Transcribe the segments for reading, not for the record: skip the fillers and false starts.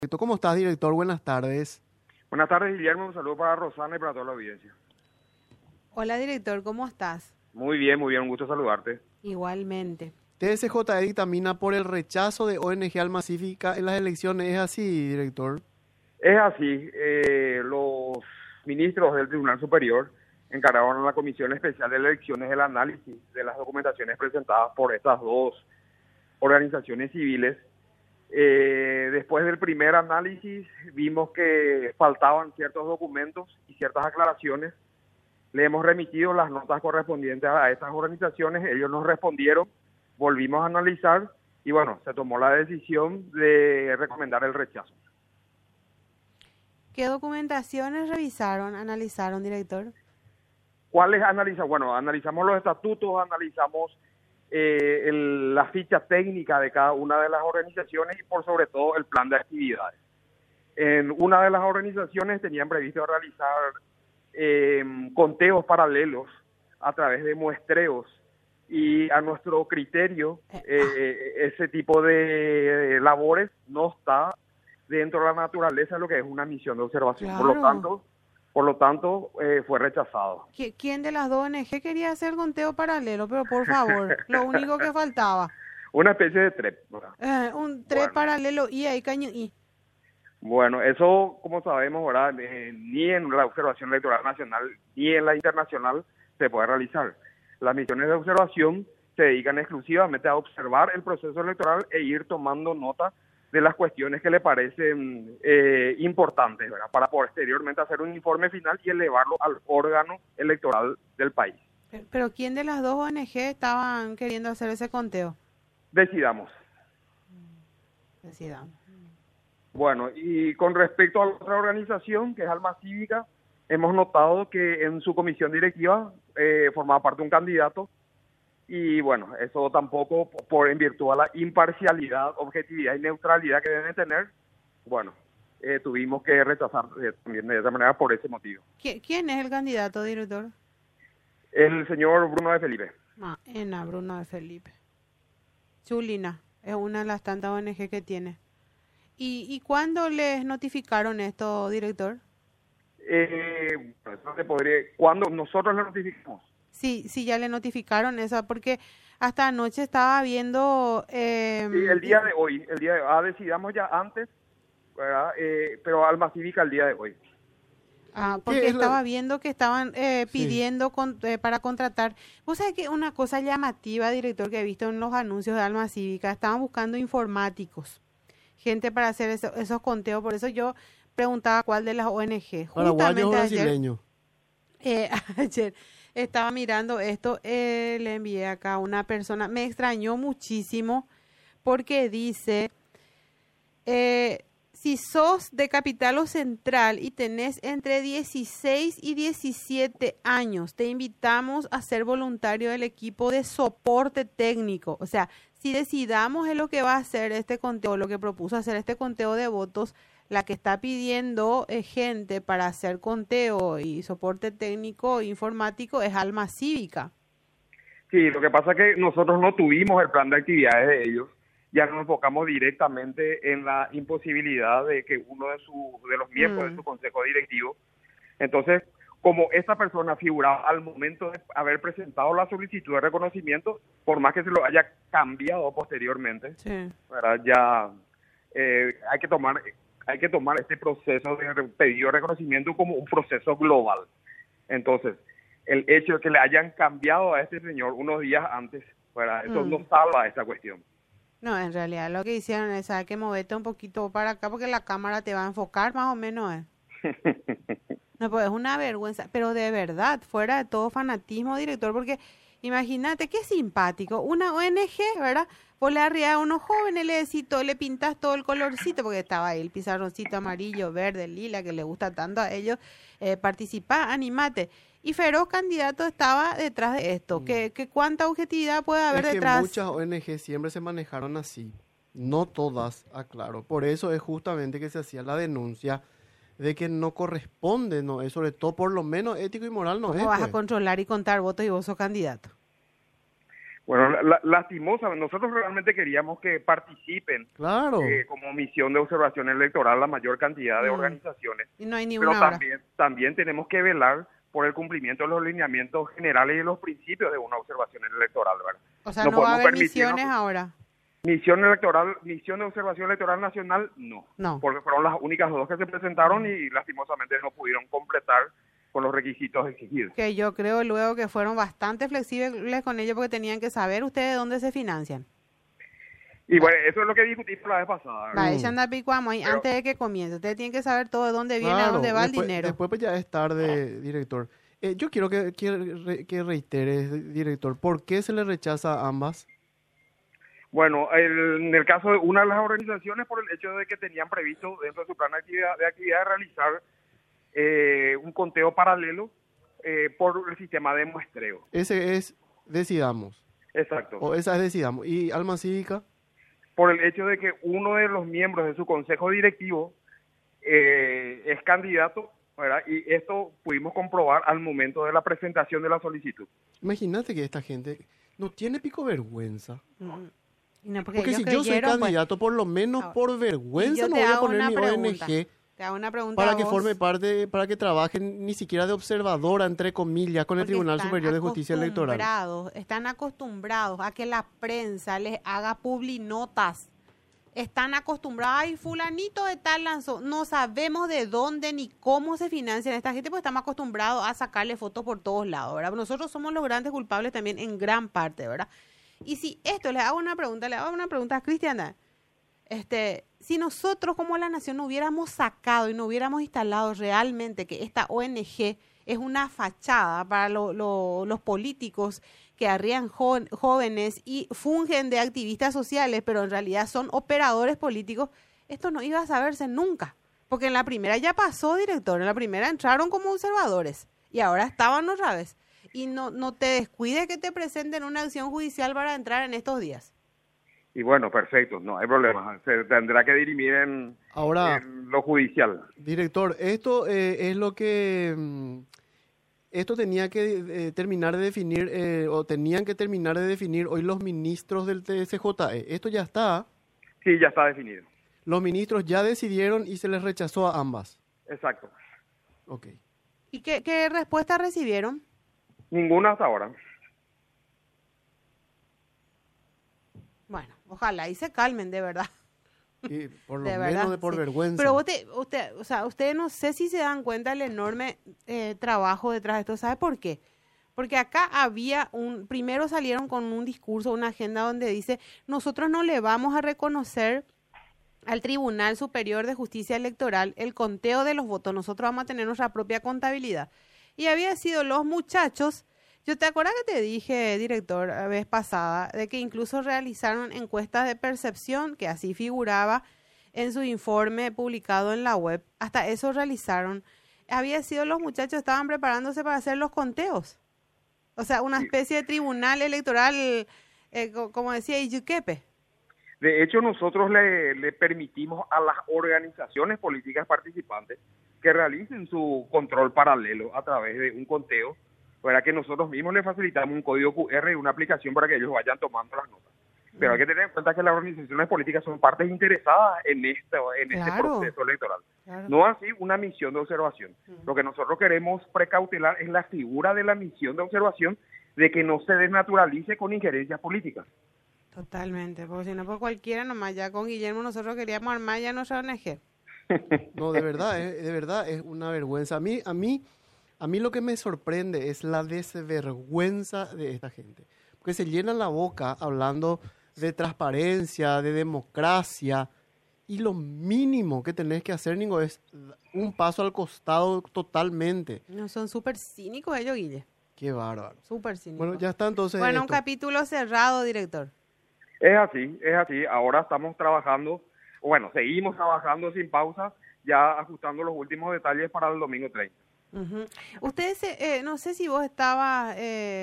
¿Cómo estás, director? Buenas tardes. Buenas tardes, Guillermo. Un saludo para Rosana y para toda la audiencia. Hola, director, ¿cómo estás? Muy bien. Un gusto saludarte. Igualmente. TSJE dictamina por el rechazo de ONG Alma Cívica en las elecciones. ¿Es así, director? Es así. Los ministros del Tribunal Superior encargaron a la Comisión Especial de Elecciones el análisis de las documentaciones presentadas por estas dos organizaciones civiles. Después del primer análisis vimos que faltaban ciertos documentos y ciertas aclaraciones. Le hemos remitido las notas correspondientes a estas organizaciones, ellos nos respondieron, volvimos a analizar y bueno, se tomó la decisión de recomendar el rechazo. ¿Qué documentaciones analizaron, director? ¿Cuáles analizamos? Bueno, analizamos los estatutos, analizamos la ficha técnica de cada una de las organizaciones y por sobre todo el plan de actividades. En una de las organizaciones tenían previsto realizar conteos paralelos a través de muestreos y a nuestro criterio ese tipo de labores no está dentro de la naturaleza de lo que es una misión de observación. Claro. Por lo tanto fue rechazado. ¿Quién de las dos ONG quería hacer conteo paralelo? Pero por favor, lo único que faltaba. Una especie de TREP, ¿verdad? Un TREP paralelo y ahí caño y. Bueno, eso, como sabemos, ¿verdad? Ni en la observación electoral nacional ni en la internacional se puede realizar. Las misiones de observación se dedican exclusivamente a observar el proceso electoral e ir tomando nota de las cuestiones que le parecen importantes, ¿verdad? Para posteriormente hacer un informe final y elevarlo al órgano electoral del país. ¿Pero quién de las dos ONG estaban queriendo hacer ese conteo? Decidamos. Decidamos. Bueno, y con respecto a la otra organización, que es Alma Cívica, hemos notado que en su comisión directiva formaba parte un candidato y bueno, eso tampoco, en virtud a la imparcialidad, objetividad y neutralidad que deben tener, bueno, tuvimos que rechazar también de esa manera por ese motivo. ¿Quién es el candidato, director? El señor Bruno de Felipe. Bruno de Felipe. Chulina, es una de las tantas ONG que tiene. ¿Y cuándo les notificaron esto, director? ¿Cuándo nosotros le notificamos? Sí, ya le notificaron eso, porque hasta anoche estaba viendo... sí, el día de hoy, decidamos ya antes, ¿verdad? Pero Alma Cívica el día de hoy. Porque estaba viendo que estaban pidiendo para contratar. Vos sabés que una cosa llamativa, director, que he visto en los anuncios de Alma Cívica, estaban buscando informáticos, gente para hacer esos conteos, por eso yo preguntaba cuál de las ONG. Paraguayo o brasileño. Ayer estaba mirando esto, le envié acá a una persona, me extrañó muchísimo porque dice, si sos de Capital o Central y tenés entre 16 y 17 años, te invitamos a ser voluntario del equipo de soporte técnico. O sea, si decidamos es lo que va a hacer este conteo, lo que propuso hacer este conteo de votos, la que está pidiendo gente para hacer conteo y soporte técnico informático es Alma Cívica. Sí, lo que pasa es que nosotros no tuvimos el plan de actividades de ellos, ya nos enfocamos directamente en la imposibilidad de que uno de los miembros de su consejo directivo, entonces, como esta persona figuraba al momento de haber presentado la solicitud de reconocimiento, por más que se lo haya cambiado posteriormente, ¿verdad? Ya hay que tomar este proceso de pedido de reconocimiento como un proceso global. Entonces, el hecho de que le hayan cambiado a este señor unos días antes, ¿verdad? Eso no salva esta cuestión. No, en realidad lo que hicieron es que moverte un poquito para acá porque la cámara te va a enfocar más o menos. No, pues es una vergüenza, pero de verdad, fuera de todo fanatismo, director, porque imagínate qué simpático, una ONG, ¿verdad? Vos le arriás a unos jóvenes, le pintas todo el colorcito, porque estaba ahí el pizarroncito amarillo, verde, lila, que le gusta tanto a ellos, participá, animate. Y feroz candidato estaba detrás de esto. ¿Qué cuánta objetividad puede haber detrás? Muchas ONG siempre se manejaron así, no todas, aclaro. Por eso es justamente que se hacía la denuncia de que no corresponde, no es, sobre todo por lo menos ético y moral no es. ¿Cómo vas a controlar y contar votos y vos sos candidato? Bueno, lastimosamente, nosotros realmente queríamos que participen Claro. como misión de observación electoral la mayor cantidad de organizaciones. Y no hay ni Pero una hora. también tenemos que velar por el cumplimiento de los lineamientos generales y de los principios de una observación electoral, ¿verdad? O sea, No no va a podemos haber permitirnos- misiones ahora. Misión de observación electoral nacional, no. No. Porque fueron las únicas dos que se presentaron y lastimosamente no pudieron completar con los requisitos exigidos. Que yo creo luego que fueron bastante flexibles con ellos porque tenían que saber ustedes dónde se financian. Y bueno, eso es lo que discutimos la vez pasada, ¿verdad? Va, ella anda picuamo ahí Pero- antes de que comience. Ustedes tienen que saber todo de dónde viene, a Claro, dónde va el después, dinero. después pues ya es tarde, director. Yo quiero que reiteres, director, ¿por qué se le rechaza a ambas? Bueno, en el caso de una de las organizaciones, por el hecho de que tenían previsto dentro de su plan de actividad realizar un conteo paralelo por el sistema de muestreo. Ese es Decidamos, Exacto. o esa es Decidamos. ¿Y Alma Cívica? Por el hecho de que uno de los miembros de su consejo directivo es candidato, ¿verdad? Y esto pudimos comprobar al momento de la presentación de la solicitud. Imagínate que esta gente no tiene pico vergüenza. Y no, Porque ellos si yo soy creyeron, pues, candidato, por lo menos Ahora, por y vergüenza yo no te voy a hago poner una mi pregunta. ONG te hago una pregunta para a que vos, forme parte, para que trabaje ni siquiera de observadora, entre comillas, con el porque Tribunal están Superior de Justicia Electoral. Están acostumbrados a que la prensa les haga publinotas. Están acostumbrados, ay, fulanito de tal lanzó. No sabemos de dónde ni cómo se financian esta gente, porque estamos acostumbrados a sacarle fotos por todos lados, ¿verdad? Nosotros somos los grandes culpables también en gran parte, ¿verdad? Y si esto, le hago una pregunta a Cristiana. Si nosotros como la nación no hubiéramos sacado y no hubiéramos instalado realmente que esta ONG es una fachada para los políticos que arrían jóvenes y fungen de activistas sociales, pero en realidad son operadores políticos, esto no iba a saberse nunca. Porque en la primera ya pasó, director, en la primera entraron como observadores y ahora estaban otra vez. Y no te descuides que te presenten una acción judicial para entrar en estos días. Y bueno, perfecto, no hay problema. Se tendrá que dirimir en lo judicial. Director, esto es lo que... esto tenía que terminar de definir, o tenían que terminar de definir hoy los ministros del TSJE. Esto ya está. Sí, ya está definido. Los ministros ya decidieron y se les rechazó a ambas. Exacto. Ok. ¿Y qué respuesta recibieron? Ninguna hasta ahora. Bueno, ojalá y se calmen, de verdad. Y por lo De menos verdad, por sí. vergüenza. Pero ustedes no sé si se dan cuenta del enorme trabajo detrás de esto. ¿Sabe por qué? Porque acá primero salieron con un discurso, una agenda donde dice, nosotros no le vamos a reconocer al Tribunal Superior de Justicia Electoral el conteo de los votos, nosotros vamos a tener nuestra propia contabilidad. Y había sido los muchachos, yo te acuerdas que te dije, director, la vez pasada, de que incluso realizaron encuestas de percepción, que así figuraba en su informe publicado en la web, hasta eso realizaron. Había sido los muchachos, estaban preparándose para hacer los conteos. O sea, una especie de tribunal electoral, como decía Iyuquepe. De hecho, nosotros le permitimos a las organizaciones políticas participantes que realicen su control paralelo a través de un conteo, para que nosotros mismos les facilitamos un código QR y una aplicación para que ellos vayan tomando las notas. Pero hay que tener en cuenta que las organizaciones políticas son partes interesadas en este proceso electoral. Claro. No así una misión de observación. Lo que nosotros queremos precautelar es la figura de la misión de observación, de que no se desnaturalice con injerencias políticas. Totalmente, porque si no, por cualquiera nomás, ya con Guillermo nosotros queríamos armar ya nuestra ONG. No, de verdad es una vergüenza. A mí lo que me sorprende es la desvergüenza de esta gente. Porque se llenan la boca hablando de transparencia, de democracia, y lo mínimo que tenés que hacer, Ningo, es un paso al costado totalmente. No, son súper cínicos ellos, Guille. Qué bárbaro. Súper cínicos. Bueno, ya está entonces. Bueno, un capítulo cerrado, director. Es así. Ahora estamos trabajando, seguimos trabajando sin pausa, ya ajustando los últimos detalles para el domingo 30. Uh-huh. Ustedes, no sé si vos estabas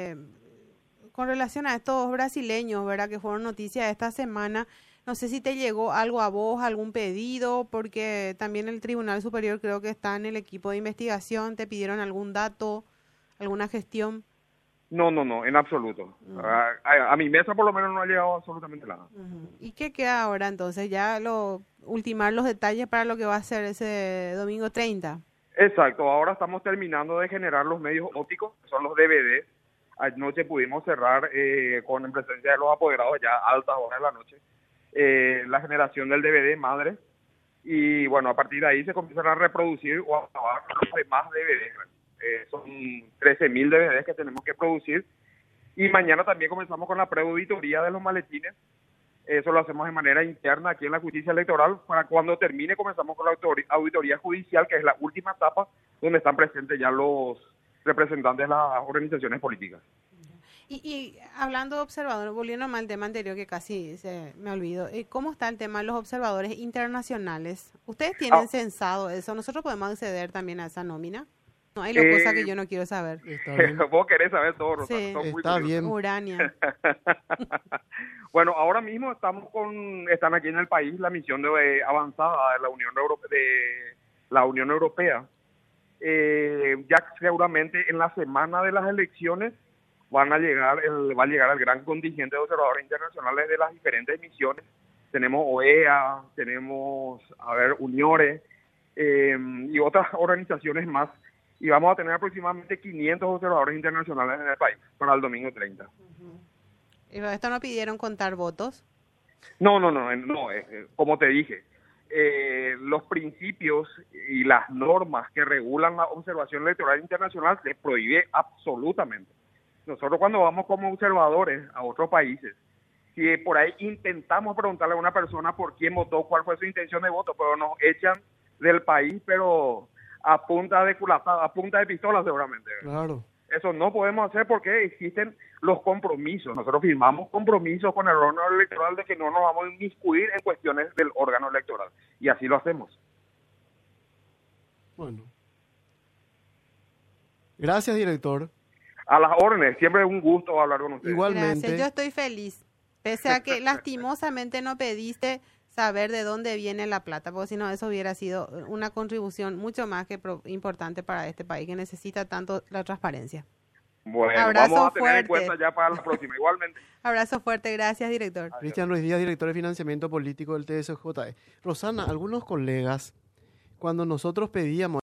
con relación a estos brasileños, ¿verdad? Que fueron noticias esta semana. No sé si te llegó algo a vos, algún pedido, porque también el Tribunal Superior creo que está en el equipo de investigación. ¿Te pidieron algún dato, alguna gestión? No, en absoluto. A mi mesa por lo menos no ha llegado absolutamente nada. ¿Y qué queda ahora entonces? Ya ultimar los detalles para lo que va a ser ese domingo 30. Exacto, ahora estamos terminando de generar los medios ópticos, que son los DVD. Anoche pudimos cerrar con presencia de los apoderados ya a altas horas de la noche la generación del DVD madre. Y bueno, a partir de ahí se comienzan a reproducir o a grabar los demás DVDs. Son 13.000 DVDs que tenemos que producir. Y mañana también comenzamos con la preauditoría de los maletines. Eso lo hacemos de manera interna aquí en la justicia electoral. Para cuando termine comenzamos con la auditoría judicial, que es la última etapa donde están presentes ya los representantes de las organizaciones políticas. Y hablando de observadores, volviendo al tema anterior que casi se me olvidó, ¿cómo está el tema de los observadores internacionales? ¿Ustedes tienen censado eso? ¿Nosotros podemos acceder también a esa nómina? No hay cosa que yo no quiero saber. Vos querés saber todo, Rosana. Sí, está bien. Urania. Bueno, ahora mismo están aquí en el país la misión avanzada de la Unión Europea. Ya seguramente en la semana de las elecciones va a llegar el gran contingente de observadores internacionales de las diferentes misiones. Tenemos OEA, tenemos, UNIORE y otras organizaciones más. Y vamos a tener aproximadamente 500 observadores internacionales en el país para el domingo 30. ¿Y esto no pidieron contar votos? No, como te dije, los principios y las normas que regulan la observación electoral internacional se prohíbe absolutamente. Nosotros cuando vamos como observadores a otros países, si por ahí intentamos preguntarle a una persona por quién votó, cuál fue su intención de voto, pero nos echan del país, pero a punta de pistola seguramente. Claro. Eso no podemos hacer porque existen los compromisos. Nosotros firmamos compromisos con el órgano electoral de que no nos vamos a inmiscuir en cuestiones del órgano electoral. Y así lo hacemos. Bueno. Gracias, director. A las órdenes. Siempre es un gusto hablar con ustedes. Igualmente. Gracias. Yo estoy feliz. Pese a que lastimosamente no pediste saber de dónde viene la plata, porque si no eso hubiera sido una contribución mucho más que importante para este país que necesita tanto la transparencia. Bueno, abrazo vamos a tener fuerte. en cuenta ya para la próxima, igualmente. Abrazo fuerte, gracias, director. Cristian Ruiz Díaz, director de financiamiento político del TSJ. Rosana, algunos colegas, cuando nosotros pedíamos